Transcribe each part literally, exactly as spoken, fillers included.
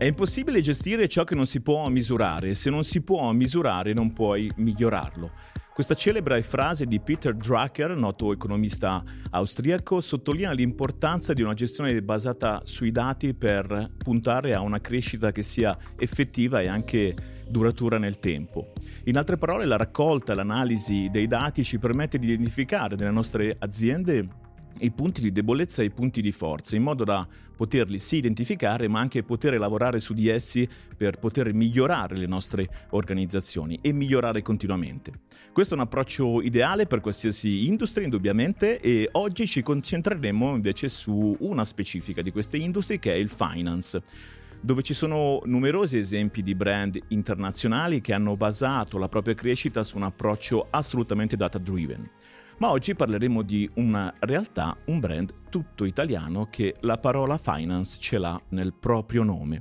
È impossibile gestire ciò che non si può misurare, e se non si può misurare non puoi migliorarlo. Questa celebre frase di Peter Drucker, noto economista austriaco, sottolinea l'importanza di una gestione basata sui dati per puntare a una crescita che sia effettiva e anche duratura nel tempo. In altre parole, la raccolta e l'analisi dei dati ci permette di identificare nelle nostre aziende i punti di debolezza e i punti di forza, in modo da poterli sì identificare, ma anche poter lavorare su di essi per poter migliorare le nostre organizzazioni e migliorare continuamente. Questo è un approccio ideale per qualsiasi industria, indubbiamente, e oggi ci concentreremo invece su una specifica di queste industrie, che è il finance, dove ci sono numerosi esempi di brand internazionali che hanno basato la propria crescita su un approccio assolutamente data-driven. Ma oggi parleremo di una realtà, un brand tutto italiano che la parola finance ce l'ha nel proprio nome.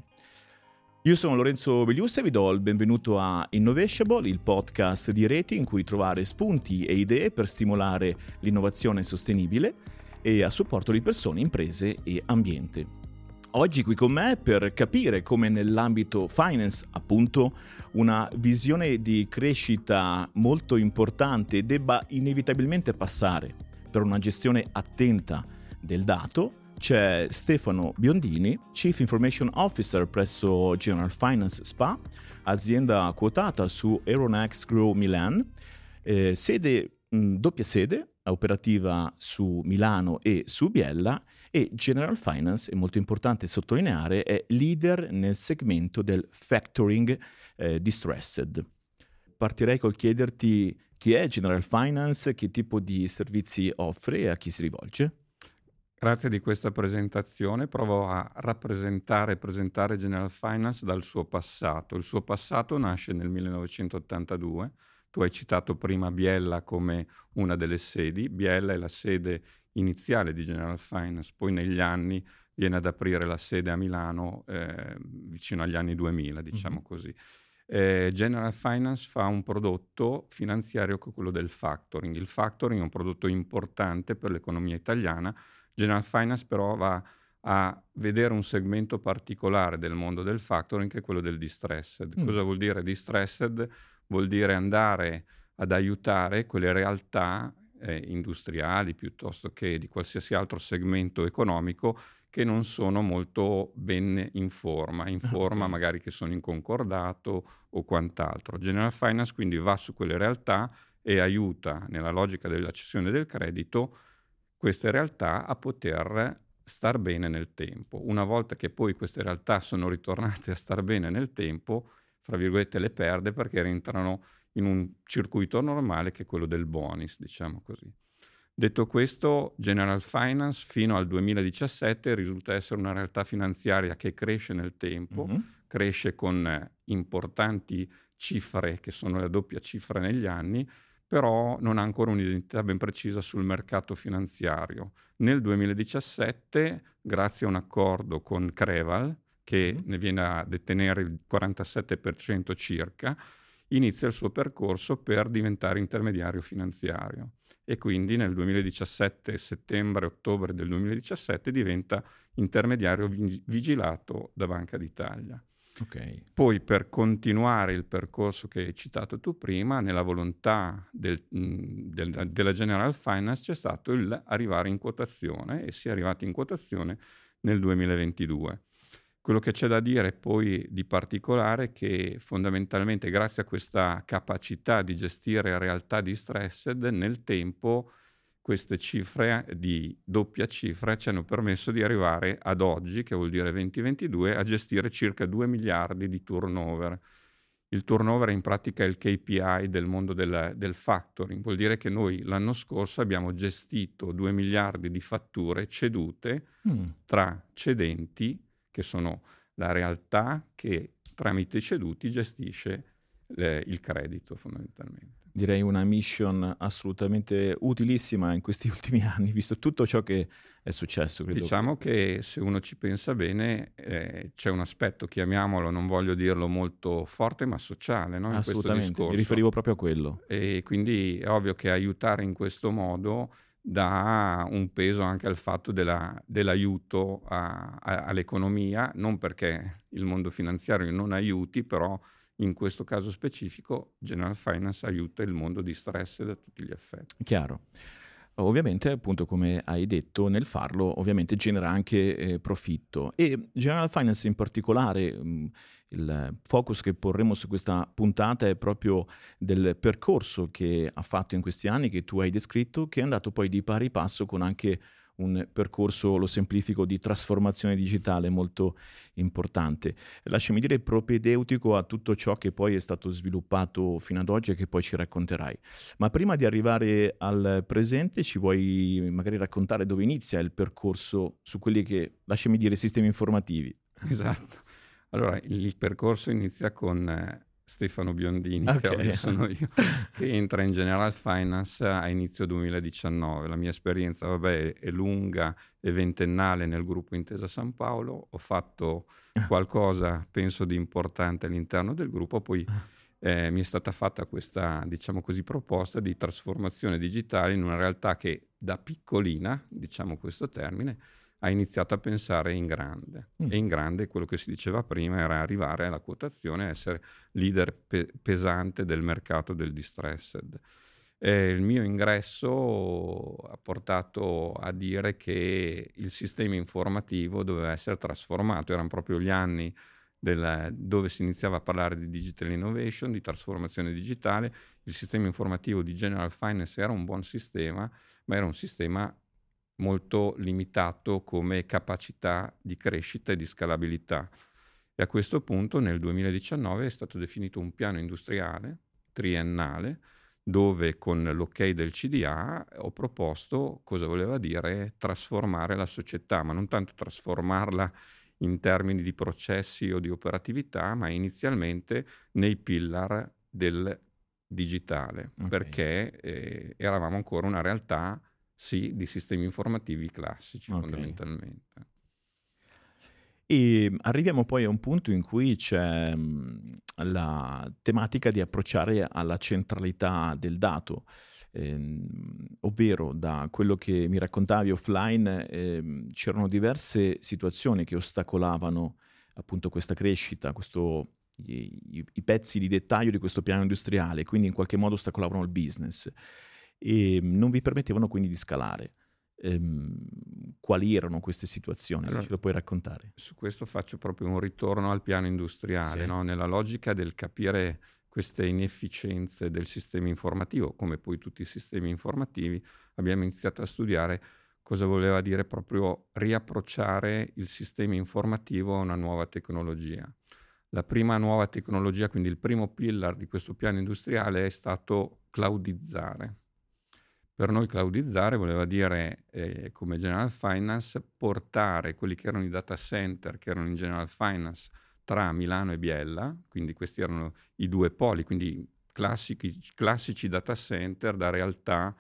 Io sono Lorenzo Belius e vi do il benvenuto a Innovatiable, il podcast di Reti in cui trovare spunti e idee per stimolare l'innovazione sostenibile e a supporto di persone, imprese e ambiente. Oggi qui con me per capire come nell'ambito finance, appunto, una visione di crescita molto importante debba inevitabilmente passare per una gestione attenta del dato. C'è Stefano Biondini, Chief Information Officer presso General Finance S P A, azienda quotata su Euronext Grow Milan, eh, sede, mh, doppia sede, operativa su Milano e su Biella, e General Finance, è molto importante sottolineare, è leader nel segmento del factoring eh, distressed. Partirei col chiederti chi è General Finance, che tipo di servizi offre e a chi si rivolge. Grazie di questa presentazione. Provo a rappresentare e presentare General Finance dal suo passato. Il suo passato nasce nel millenovecentottantadue. Tu hai citato prima Biella come una delle sedi. Biella è la sede iniziale di General Finance, poi negli anni viene ad aprire la sede a Milano eh, vicino agli anni duemila, diciamo mm-hmm. così. Eh, General Finance fa un prodotto finanziario che è quello del factoring. Il factoring è un prodotto importante per l'economia italiana. General Finance però va a vedere un segmento particolare del mondo del factoring, che è quello del distressed. Mm. Cosa vuol dire distressed? Vuol dire andare ad aiutare quelle realtà eh, industriali piuttosto che di qualsiasi altro segmento economico che non sono molto ben in forma, in forma okay. magari che sono in concordato o quant'altro. General Finance quindi va su quelle realtà e aiuta nella logica della cessione del credito queste realtà a poter star bene nel tempo. Una volta che poi queste realtà sono ritornate a star bene nel tempo, fra virgolette le perde perché rientrano in un circuito normale che è quello del bonus, diciamo così. Detto questo, General Finance fino al duemiladiciassette risulta essere una realtà finanziaria che cresce nel tempo, mm-hmm. cresce con importanti cifre che sono la doppia cifra negli anni, però non ha ancora un'identità ben precisa sul mercato finanziario. Nel duemiladiciassette, grazie a un accordo con Creval, che mm. ne viene a detenere il quarantasette per cento circa, inizia il suo percorso per diventare intermediario finanziario. E quindi nel duemiladiciassette, settembre-ottobre del duemiladiciassette, diventa intermediario vigilato da Banca d'Italia. Okay. Poi, per continuare il percorso che hai citato tu prima, nella volontà del, del, della General Finance c'è stato il arrivare in quotazione, e si è arrivati in quotazione nel duemilaventidue. Quello che c'è da dire poi di particolare è che fondamentalmente grazie a questa capacità di gestire realtà distressed, nel tempo queste cifre di doppia cifra ci hanno permesso di arrivare ad oggi, che vuol dire duemilaventidue, a gestire circa due miliardi di turnover. Il turnover in pratica è il K P I del mondo del, del factoring. Vuol dire che noi l'anno scorso abbiamo gestito due miliardi di fatture cedute mm. tra cedenti, che sono la realtà che tramite i ceduti gestisce le, il credito fondamentalmente. Direi una mission assolutamente utilissima in questi ultimi anni, visto tutto ciò che è successo. Credo. Diciamo che se uno ci pensa bene eh, c'è un aspetto, chiamiamolo, non voglio dirlo molto forte, ma sociale, no? In assolutamente, questo discorso. Mi riferivo proprio a quello. E quindi è ovvio che aiutare in questo modo dà un peso anche al fatto della, dell'aiuto a, a, all'economia, non perché il mondo finanziario non aiuti, però in questo caso specifico General Finance aiuta il mondo di stress da tutti gli effetti. Chiaro. Ovviamente, appunto, come hai detto, nel farlo ovviamente genera anche eh, profitto. E General Finance in particolare, mh, il focus che porremo su questa puntata è proprio del percorso che ha fatto in questi anni, che tu hai descritto, che è andato poi di pari passo con anche un percorso, lo semplifico, di trasformazione digitale molto importante. Lasciami dire propedeutico a tutto ciò che poi è stato sviluppato fino ad oggi e che poi ci racconterai. Ma prima di arrivare al presente, ci vuoi magari raccontare dove inizia il percorso su quelli che, lasciami dire, sistemi informativi? Esatto. Allora, il percorso inizia con eh, Stefano Biondini, Ok. che oggi sono io, che entra in General Finance a inizio duemiladiciannove. La mia esperienza, vabbè, è lunga e ventennale nel gruppo Intesa San Paolo. Ho fatto qualcosa, penso, di importante all'interno del gruppo, poi eh, mi è stata fatta questa, diciamo così, proposta di trasformazione digitale in una realtà che da piccolina, diciamo questo termine, ha iniziato a pensare in grande. Mm. E in grande quello che si diceva prima era arrivare alla quotazione, essere leader pe- pesante del mercato del distressed. E il mio ingresso ha portato a dire che il sistema informativo doveva essere trasformato. Erano proprio gli anni del, dove si iniziava a parlare di digital innovation, di trasformazione digitale. Il sistema informativo di General Finance era un buon sistema, ma era un sistema molto limitato come capacità di crescita e di scalabilità. E a questo punto nel duemiladiciannove è stato definito un piano industriale triennale dove con l'ok del C D A ho proposto cosa voleva dire trasformare la società, ma non tanto trasformarla in termini di processi o di operatività, ma inizialmente nei pillar del digitale, Okay. perché eh, eravamo ancora una realtà sì, di sistemi informativi classici, Okay. fondamentalmente. E arriviamo poi a un punto in cui c'è mh, la tematica di approcciare alla centralità del dato, ehm, ovvero da quello che mi raccontavi offline, ehm, c'erano diverse situazioni che ostacolavano appunto questa crescita, questo, i, i- i pezzi di dettaglio di questo piano industriale, quindi in qualche modo ostacolavano il business e non vi permettevano quindi di scalare. Ehm, quali erano queste situazioni, se Allora, ce lo puoi raccontare? su questo faccio proprio un ritorno al piano industriale, Sì. no? Nella logica del capire queste inefficienze del sistema informativo, come poi tutti i sistemi informativi, abbiamo iniziato a studiare cosa voleva dire proprio riapprocciare il sistema informativo a una nuova tecnologia. La prima nuova tecnologia, quindi il primo pillar di questo piano industriale è stato cloudizzare. Per noi cloudizzare voleva dire, eh, come General Finance, portare quelli che erano i data center, che erano in General Finance, tra Milano e Biella, quindi questi erano i due poli, quindi classici, classici data center da realtà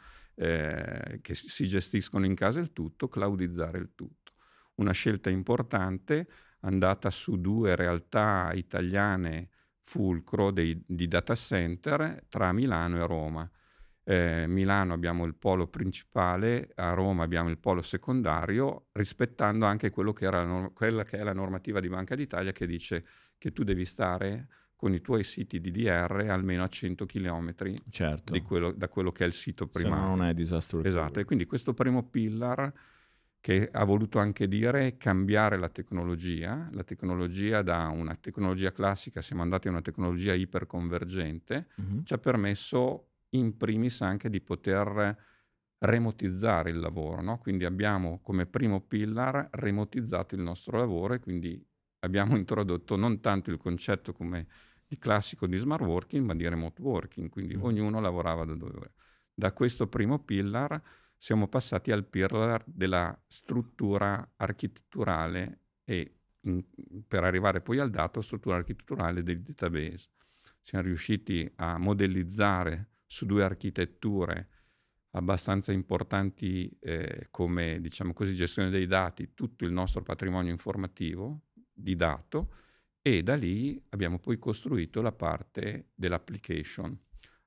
eh, che si gestiscono in casa il tutto, cloudizzare il tutto. Una scelta importante andata su due realtà italiane fulcro dei, di data center tra Milano e Roma. Eh, Milano abbiamo il polo principale, a Roma abbiamo il polo secondario, rispettando anche quello che era la norm- quella che è la normativa di Banca d'Italia che dice che tu devi stare con i tuoi siti D D R almeno a cento chilometri Certo, di quello, da quello che è il sito se no non primario. è disaster recovery. Esatto, e quindi questo primo pillar che ha voluto anche dire cambiare la tecnologia, la tecnologia da una tecnologia classica, siamo andati a una tecnologia iperconvergente, Mhm. ci ha permesso in primis anche di poter remotizzare il lavoro, no? Quindi abbiamo come primo pillar remotizzato il nostro lavoro e quindi abbiamo introdotto non tanto il concetto come di classico di smart working, ma di remote working, quindi Mhm. ognuno lavorava da dove voleva. Da questo primo pillar siamo passati al pillar della struttura architetturale e in, per arrivare poi al dato, struttura architetturale del database. Siamo riusciti a modellizzare su due architetture abbastanza importanti eh, come, diciamo così, gestione dei dati, tutto il nostro patrimonio informativo di dato, e da lì abbiamo poi costruito la parte dell'application.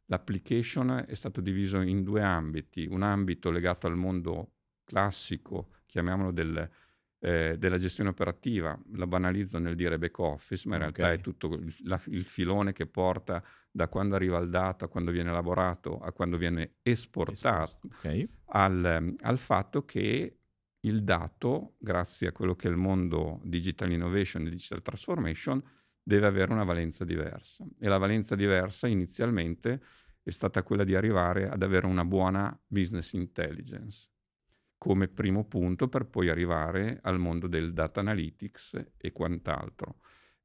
l'application è stato diviso in due ambiti, un ambito legato al mondo classico, chiamiamolo del, eh, della gestione operativa, la banalizzo nel dire back office, ma in Ok. realtà è tutto il, la- il filone che porta da quando arriva il dato a quando viene elaborato a quando viene esportato, Ok. al, al fatto che il dato, grazie a quello che è il mondo digital innovation e digital transformation, deve avere una valenza diversa. E la valenza diversa inizialmente è stata quella di arrivare ad avere una buona business intelligence come primo punto, per poi arrivare al mondo del data analytics e quant'altro.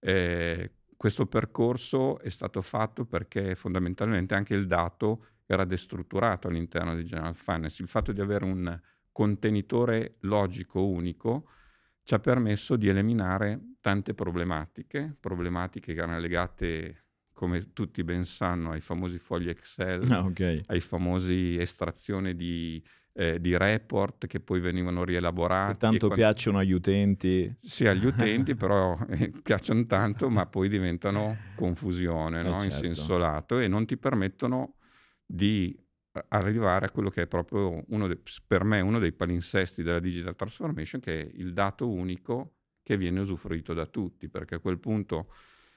Eh, questo percorso è stato fatto perché fondamentalmente anche il dato era destrutturato all'interno di General Finance. Il fatto di avere un contenitore logico unico ci ha permesso di eliminare tante problematiche, problematiche che erano legate, come tutti ben sanno, ai famosi fogli Excel, Ah, ok. ai famosi estrazione di, eh, di report che poi venivano Che rielaborati. E tanto quant- piacciono agli utenti. sì, agli utenti, però eh, piacciono tanto, ma poi diventano confusione, Eh no? In certo. senso lato, e non ti permettono di a- arrivare a quello che è proprio uno de- per me uno dei palinsesti della digital transformation, che è il dato unico che viene usufruito da tutti, perché a quel punto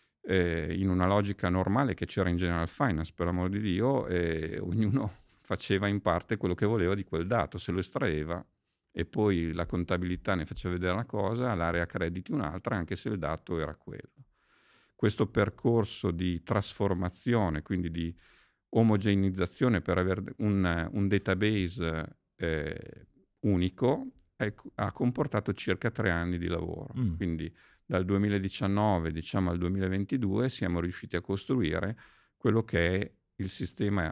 eh, in una logica normale che c'era in General Finance, per l'amor di Dio, eh, ognuno faceva in parte quello che voleva di quel dato, se lo estraeva e poi la contabilità ne faceva vedere una cosa, l'area crediti un'altra, anche se il dato era quello. Questo percorso di trasformazione, quindi di omogeneizzazione per avere un, un database eh, unico, è, ha comportato circa tre anni di lavoro. Mm. Quindi dal duemiladiciannove, diciamo, al duemilaventidue siamo riusciti a costruire quello che è il sistema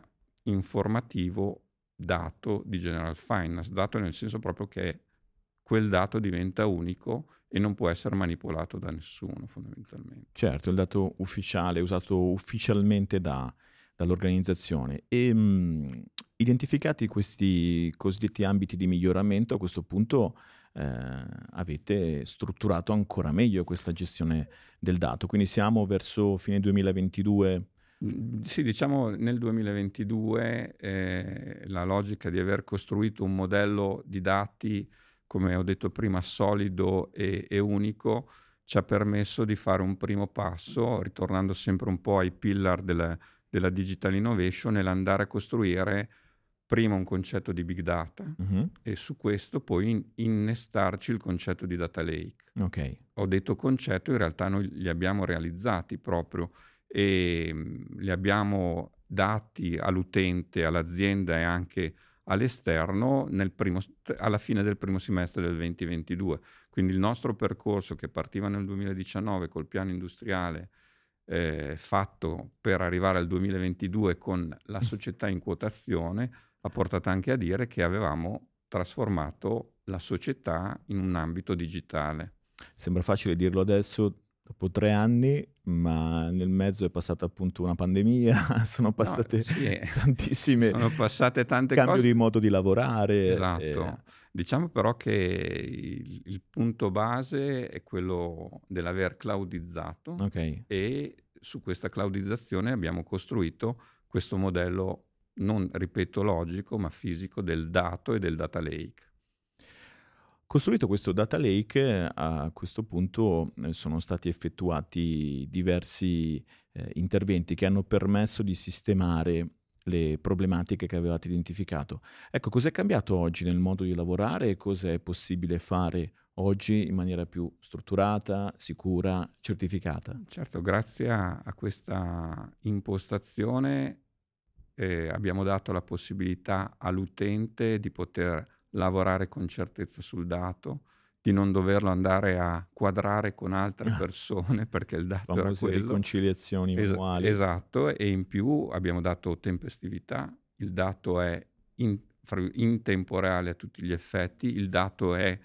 informativo dato di General Finance, dato nel senso proprio che quel dato diventa unico e non può essere manipolato da nessuno, fondamentalmente. Certo, il dato ufficiale, usato ufficialmente da- dall'organizzazione. E mh, identificati questi cosiddetti ambiti di miglioramento, a questo punto eh, avete strutturato ancora meglio questa gestione del dato. Quindi siamo verso fine duemilaventidue. Mm, Sì, diciamo nel duemilaventidue eh, la logica di aver costruito un modello di dati, come ho detto prima, solido e, e unico, ci ha permesso di fare un primo passo, ritornando sempre un po' ai pillar della, della digital innovation, nell'andare a costruire prima un concetto di big data Mhm. e su questo poi in- innestarci il concetto di data lake. Ok. Ho detto concetto, in realtà noi li abbiamo realizzati proprio e mh, li abbiamo dati all'utente, all'azienda e anche all'esterno nel primo, alla fine del primo semestre del duemilaventidue. Quindi il nostro percorso, che partiva nel duemiladiciannove col piano industriale eh, fatto per arrivare al duemilaventidue con la società in quotazione, ha portato anche a dire che avevamo trasformato la società in un ambito digitale. Sembra facile dirlo adesso, dopo tre anni, ma nel mezzo è passata appunto una pandemia, sono No, passate sì, eh, tantissime sono passate tante cambio cose. di modo di lavorare. eh, Esatto. Diciamo però che il, il punto base è quello dell'aver cloudizzato ok. e su questa cloudizzazione abbiamo costruito questo modello, non ripeto logico, ma fisico del dato e del data lake. Costruito questo data lake, a questo punto eh, sono stati effettuati diversi eh, interventi che hanno permesso di sistemare le problematiche che avevate identificato. Ecco, cos'è cambiato oggi nel modo di lavorare e cosa è possibile fare oggi in maniera più strutturata, sicura, certificata? Certo, grazie a, a questa impostazione eh, abbiamo dato la possibilità all'utente di poter lavorare con certezza sul dato, di non doverlo andare a quadrare con altre Ah, persone perché il dato era famose quello. riconciliazioni Es- manuali. esatto, e in più abbiamo dato tempestività, il dato è in, fra- in tempo reale a tutti gli effetti, il dato è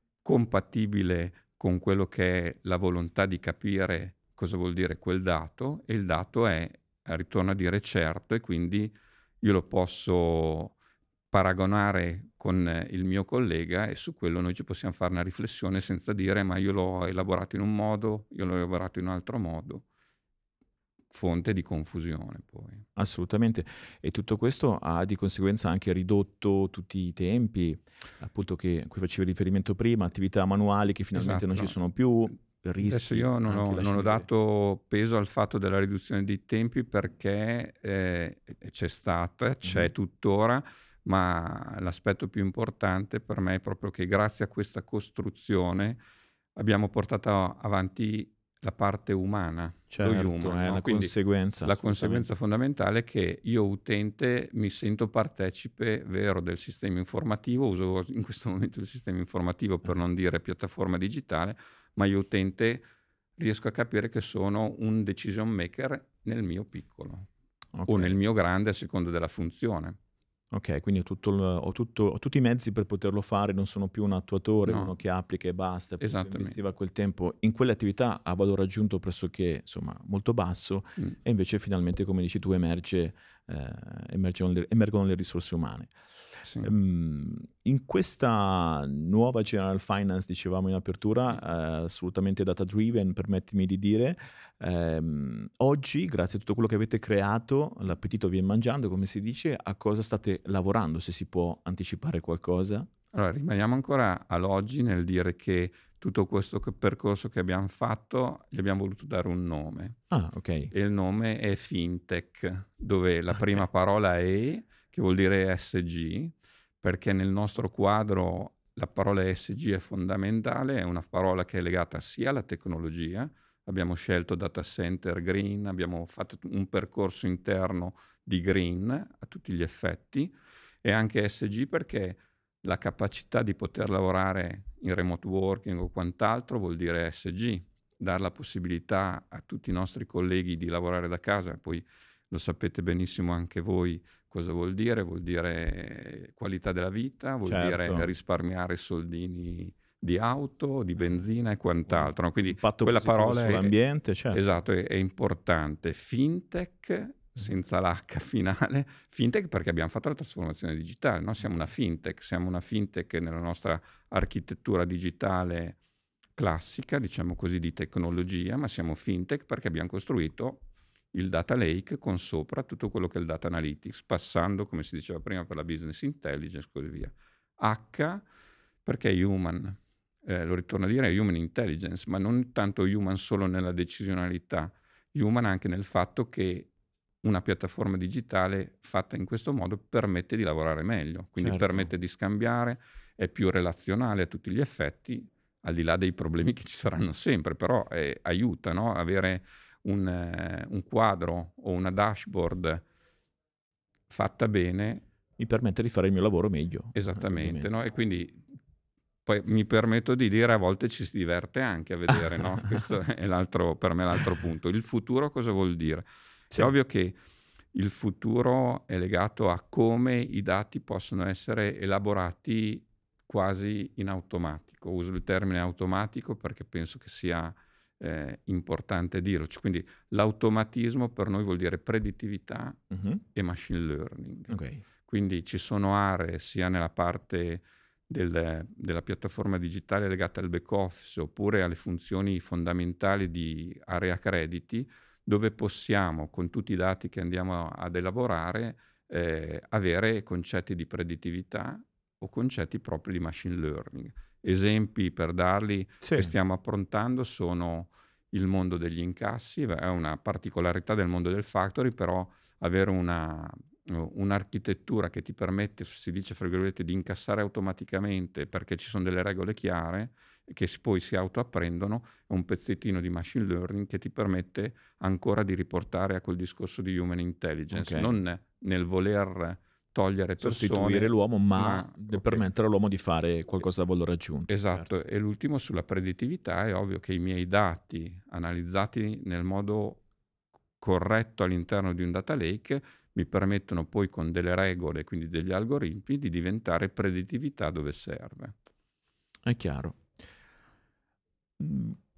compatibile con quello che è la volontà di capire cosa vuol dire quel dato e il dato è, ritorno a dire certo, e quindi io lo posso paragonare con eh, il mio collega e su quello noi ci possiamo fare una riflessione senza dire ma io l'ho elaborato in un modo, io l'ho elaborato in un altro modo. fonte di confusione poi. Assolutamente. E tutto questo ha di conseguenza anche ridotto tutti i tempi, appunto che a cui facevi riferimento prima, attività manuali che finalmente non ci Esatto. sono più, Adesso rischi io non anche, ho, non ho lasciami dire. dato peso al fatto della riduzione dei tempi perché eh, c'è stata, c'è Mhm. tuttora, ma l'aspetto più importante per me è proprio che grazie a questa costruzione abbiamo portato avanti la parte umana, lo Certo, human, è no? una Quindi conseguenza, la conseguenza assolutamente. fondamentale è che io utente mi sento partecipe vero del sistema informativo, uso in questo momento il sistema informativo per Eh, non dire piattaforma digitale, ma io utente riesco a capire che sono un decision maker nel mio piccolo o ok. nel mio grande a seconda della funzione. Ok, quindi ho, tutto il- ho tutto- ho tutti i mezzi per poterlo fare, non sono più un attuatore, uno No, che applica e basta, appunto esattamente. investiva quel tempo in quelle attività a valore aggiunto pressoché, insomma, molto basso, Mm, e invece finalmente, come dici tu, emerge, eh, emergono le, emergono le risorse umane. sì. Ehm, in questa nuova General Finance, dicevamo in apertura, eh, assolutamente data driven, permettimi di dire, ehm, oggi, grazie a tutto quello che avete creato, l'appetito viene mangiando, come si dice, a cosa state lavorando, se si può anticipare qualcosa? Allora, rimaniamo ancora all'oggi nel dire che tutto questo che- percorso che abbiamo fatto gli abbiamo voluto dare un nome Ah, ok. e il nome è FinTech, dove la Ah, ok. prima parola è E, che vuol dire S G, perché nel nostro quadro la parola S G è fondamentale, è una parola che è legata sia alla tecnologia, abbiamo scelto data center green, abbiamo fatto un percorso interno di green a tutti gli effetti, e anche S G perché la capacità di poter lavorare in remote working o quant'altro vuol dire S G, dare la possibilità a tutti i nostri colleghi di lavorare da casa, poi lo sapete benissimo anche voi cosa vuol dire, vuol dire qualità della vita, vuol dire Certo. risparmiare soldini di auto, di Eh, benzina e un quant'altro. Quindi impatto quella positivo parola è, sull'ambiente, certo. esatto, è, è importante. Fintech, Mhm. senza l'H finale, fintech perché abbiamo fatto la trasformazione digitale, no? Siamo Ok. una fintech, siamo una fintech nella nostra architettura digitale classica, diciamo così, di tecnologia, ma siamo fintech perché abbiamo costruito il data lake con sopra tutto quello che è il data analytics, passando, come si diceva prima, per la business intelligence e così via. H perché human, eh, lo ritorno a dire, è human intelligence, ma non tanto human solo nella decisionalità, human anche nel fatto che una piattaforma digitale fatta in questo modo permette di lavorare meglio, quindi Certo. permette di scambiare, è più relazionale a tutti gli effetti, al di là dei problemi che ci saranno sempre, però eh, aiuta, no? Avere un, eh, un quadro o una dashboard fatta bene. Mi permette di fare il mio lavoro meglio, eh, Esattamente, indubbiamente. no? E quindi poi mi permetto di dire a volte ci si diverte anche a vedere, no? Questo è l'altro, per me l'altro punto. Il futuro cosa vuol dire? È Sì. ovvio che il futuro è legato a come i dati possono essere elaborati quasi in automatico. Uso il termine automatico perché penso che sia eh, importante dirlo. Cioè, quindi l'automatismo per noi vuol dire predittività Mhm. e machine learning. Ok. Quindi ci sono aree sia nella parte del, della piattaforma digitale legata al back office oppure alle funzioni fondamentali di area crediti, dove possiamo, con tutti i dati che andiamo ad elaborare, eh, avere concetti di predittività o concetti propri di machine learning. Esempi per darli che Sì. stiamo approntando sono il mondo degli incassi, è una particolarità del mondo del factory, però avere una, un'architettura che ti permette, si dice fra virgolette, di incassare automaticamente perché ci sono delle regole chiare che poi si autoapprendono, è un pezzettino di machine learning che ti permette ancora di riportare a quel discorso di human Ok. intelligence, non nel voler togliere Sostituire persone, l'uomo, ma ma de- ok. permettere all'uomo di fare qualcosa da valore aggiunto. Esatto, Certo. e l'ultimo sulla predittività è ovvio che i miei dati analizzati nel modo corretto all'interno di un data lake mi permettono poi con delle regole, quindi degli algoritmi, di diventare predittività dove serve. È chiaro. Mm,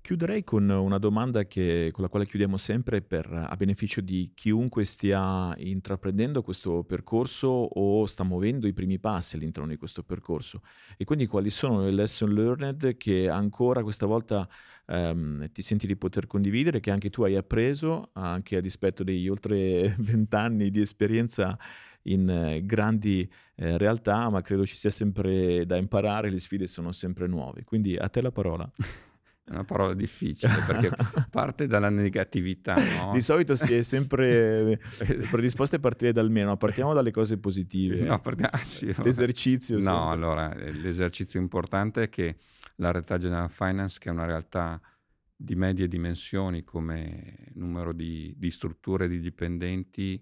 Chiuderei con una domanda che con la quale chiudiamo sempre per a beneficio di chiunque stia intraprendendo questo percorso o sta muovendo i primi passi all'interno di questo percorso. E quindi quali sono le lesson learned che ancora questa volta, ehm, ti senti di poter condividere, che anche tu hai appreso, anche a dispetto degli oltre venti anni di esperienza in eh, grandi, ehm, realtà, ma credo ci sia sempre da imparare, le sfide sono sempre nuove. Quindi a te la parola. È una parola difficile perché parte dalla negatività, Di no? solito si è sempre predisposti a partire dal meno, ma partiamo dalle cose positive. No, Ecco. perché, ah, sì, allora. L'esercizio No, sempre. allora, eh, l'esercizio importante è che la realtà General Finance, che è una realtà di medie dimensioni come numero di, di strutture di dipendenti,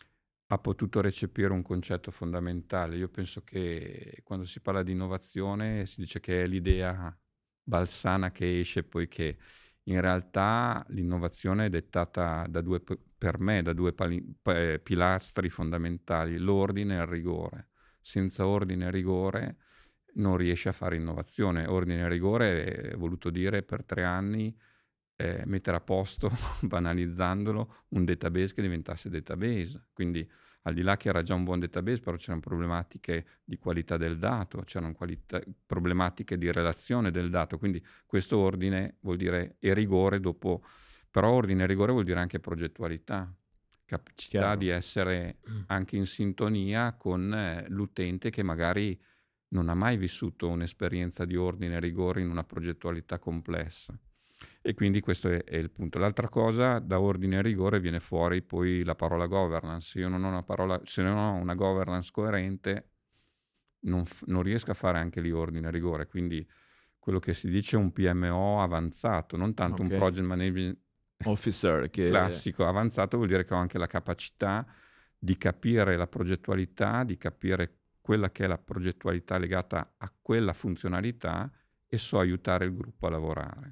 ha potuto recepire un concetto fondamentale. Io penso che quando si parla di innovazione si dice che è l'idea balsana che esce, poiché in realtà l'innovazione è dettata da due, per me, da due pali, p- pilastri fondamentali, l'ordine e il rigore. Senza ordine e rigore non riesci a fare innovazione. Ordine e rigore è voluto dire per tre anni eh, mettere a posto, banalizzandolo, un database che diventasse database. Quindi al di là che era già un buon database, però c'erano problematiche di qualità del dato, c'erano qualità, problematiche di relazione del dato. Quindi questo ordine vuol dire e rigore dopo, però ordine e rigore vuol dire anche progettualità, capacità Chiaro. di essere anche in sintonia con eh, l'utente che magari non ha mai vissuto un'esperienza di ordine e rigore in una progettualità complessa. E quindi questo è, è il punto. L'altra cosa, da ordine e rigore viene fuori poi la parola governance. Se io non ho una parola, se non ho una governance coerente, non, f- non riesco a fare anche lì ordine e rigore. Quindi quello che si dice è un P M O avanzato, non tanto un Ok. project management Officer che... classico. Avanzato vuol dire che ho anche la capacità di capire la progettualità, di capire quella che è la progettualità legata a quella funzionalità e so aiutare il gruppo a lavorare.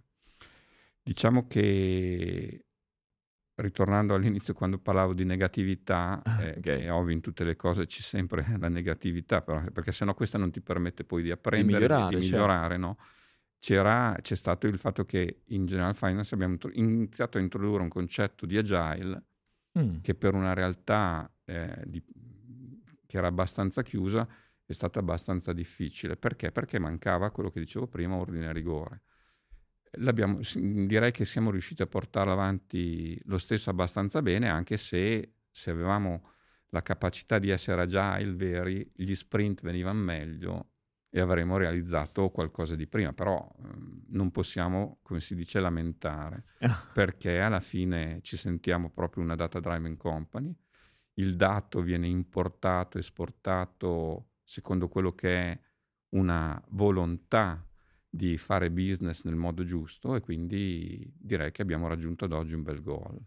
Diciamo che, ritornando all'inizio quando parlavo di negatività, eh, Ok. che è ovvio in tutte le cose c'è sempre la negatività, però, perché sennò questa non ti permette poi di Di apprendere, di, di migliorare, certo. migliorare, no? C'era, c'è stato il fatto che in General Finance abbiamo intro- iniziato a introdurre un concetto di agile Mm. che per una realtà eh, di- che era abbastanza chiusa è stata abbastanza difficile. Perché? Perché mancava quello che dicevo prima, ordine e rigore. L'abbiamo, direi che siamo riusciti a portarlo avanti lo stesso abbastanza bene, anche se, se avevamo la capacità di essere agile veri, gli sprint venivano meglio e avremmo realizzato qualcosa di prima, però ehm, non possiamo, come si dice, lamentare, perché alla fine ci sentiamo proprio una data driving company, il dato viene importato, esportato secondo quello che è una volontà di fare business nel modo giusto, e quindi direi che abbiamo raggiunto ad oggi un bel goal.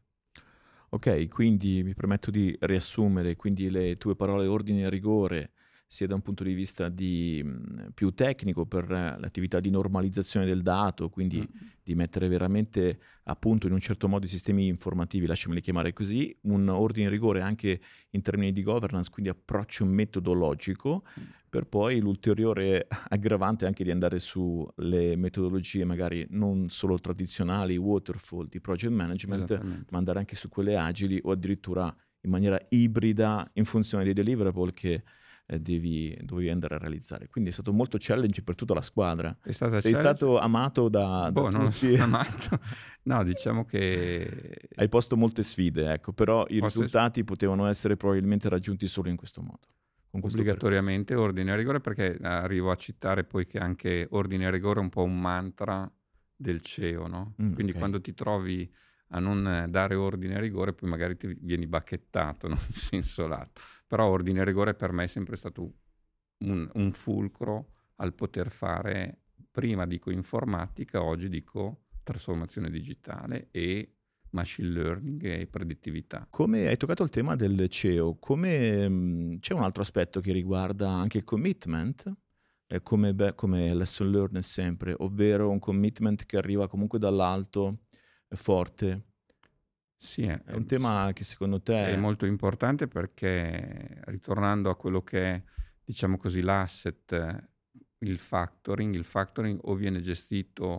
Ok, quindi mi permetto di riassumere, quindi le tue parole ordine e rigore, sia da un punto di vista di, mh, più tecnico per eh, l'attività di normalizzazione del dato, quindi Mm. di mettere veramente a punto in un certo modo i sistemi informativi, lasciamoli chiamare così, un ordine e rigore anche in termini di governance, quindi approccio metodologico, per poi l'ulteriore aggravante anche di andare sulle metodologie magari non solo tradizionali, waterfall di project management, Esattamente. ma andare anche su quelle agili o addirittura in maniera ibrida in funzione dei deliverable che eh, devi, dovevi andare a realizzare. Quindi è stato molto challenge per tutta la squadra. È stata Sei challenge? stato amato da, da Boh, non lo tutti. so, amato. No, diciamo che Hai posto molte sfide, ecco, però i Posto- risultati potevano essere probabilmente raggiunti solo in questo modo. Con questo obbligatoriamente ordine e rigore, perché arrivo a citare poi che anche ordine e rigore è un po' un mantra del C E O, no? Mm, Quindi ok. quando ti trovi a non dare ordine e rigore, poi magari ti vieni bacchettato, no? In senso lato. Però ordine e rigore per me è sempre stato un, un fulcro al poter fare, prima dico informatica, oggi dico trasformazione digitale e machine learning e predittività. Come hai toccato il tema del C E O, come, mh, c'è un altro aspetto che riguarda anche il commitment, eh, come, beh, come lesson learned sempre, ovvero un commitment che arriva comunque dall'alto, è forte. Sì, è, È un tema che secondo te... è molto importante perché, ritornando a quello che è, diciamo così, l'asset, il factoring, il factoring o viene gestito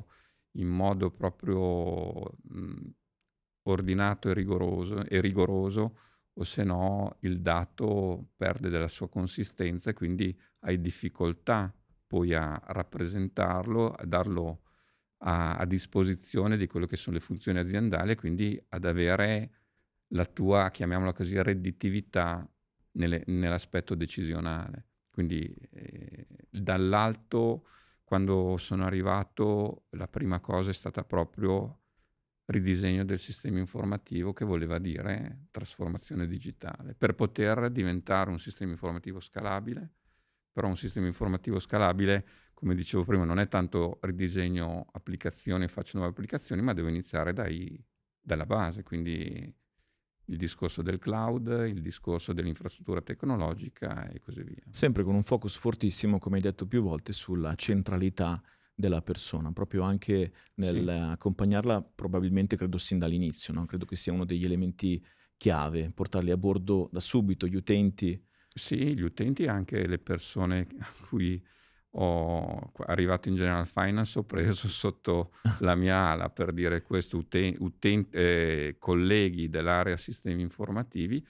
in modo proprio mh, ordinato e rigoroso, e rigoroso, o se no il dato perde della sua consistenza e quindi hai difficoltà poi a rappresentarlo, a darlo a, a disposizione di quello che sono le funzioni aziendali e quindi ad avere la tua, chiamiamola così, redditività nelle, nell'aspetto decisionale. Quindi eh, dall'alto, quando sono arrivato, la prima cosa è stata proprio ridisegno del sistema informativo, che voleva dire trasformazione digitale, per poter diventare un sistema informativo scalabile. Però un sistema informativo scalabile, come dicevo prima, non è tanto ridisegno applicazioni, faccio nuove applicazioni, ma devo iniziare dai, dalla base, quindi il discorso del cloud, il discorso dell'infrastruttura tecnologica e così via. Sempre con un focus fortissimo, come hai detto più volte, sulla centralità della persona, proprio anche nel sì. accompagnarla, probabilmente credo sin dall'inizio, no? Credo che sia uno degli elementi chiave, portarli a bordo da subito, gli utenti. Sì, gli utenti e anche le persone a cui ho arrivato in General Finance, ho preso sotto la mia ala, per dire questo, uten- uten- eh, colleghi dell'area sistemi informativi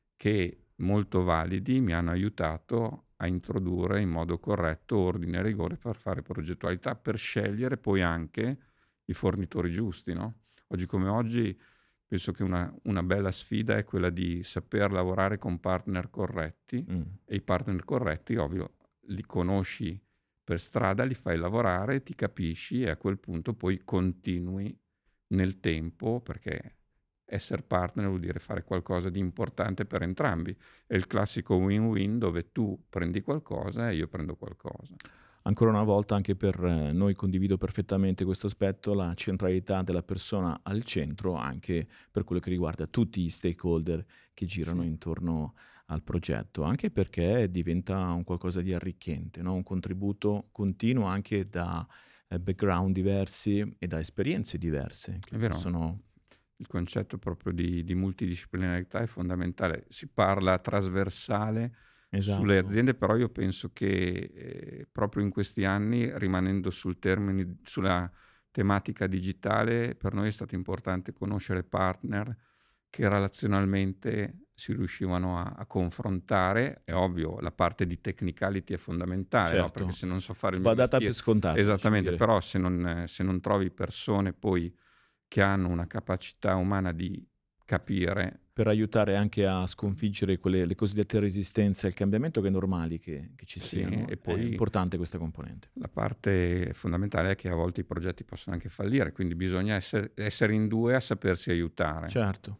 che molto validi mi hanno aiutato a introdurre in modo corretto ordine e rigore per fare progettualità, per scegliere poi anche i fornitori giusti, no? Oggi come oggi penso che una, una bella sfida è quella di saper lavorare con partner corretti mm. e i partner corretti, ovvio, li conosci per strada, li fai lavorare, ti capisci e a quel punto poi continui nel tempo, perché essere partner vuol dire fare qualcosa di importante per entrambi. È il classico win-win dove tu prendi qualcosa e io prendo qualcosa. Ancora una volta, anche per noi condivido perfettamente questo aspetto, la centralità della persona al centro, anche per quello che riguarda tutti gli stakeholder che girano sì. intorno al progetto, anche perché diventa un qualcosa di arricchente, no? Un contributo continuo anche da eh, background diversi e da esperienze diverse. Che è vero. Possono... Il concetto proprio di, di multidisciplinarità è fondamentale. Si parla trasversale esatto. sulle aziende, però io penso che eh, proprio in questi anni, rimanendo sul termine, sulla tematica digitale, per noi è stato importante conoscere partner che relazionalmente si riuscivano a, a confrontare. È ovvio, la parte di technicality è fondamentale, certo. no? Perché se non so fare il va mio data mestiere, per scontato. esattamente, però se non, se non trovi persone poi che hanno una capacità umana di capire, per aiutare anche a sconfiggere quelle, le cosiddette resistenze al cambiamento, che è normali che, che ci sì, siano, e poi è importante questa componente. La parte fondamentale è che a volte i progetti possono anche fallire, quindi bisogna essere, essere in due a sapersi aiutare. Certo.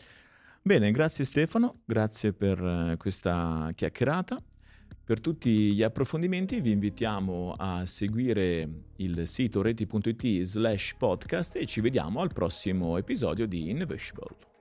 Bene, grazie Stefano, grazie per uh, questa chiacchierata. Per tutti gli approfondimenti vi invitiamo a seguire il sito reti punto it slash podcast e ci vediamo al prossimo episodio di Innovatible.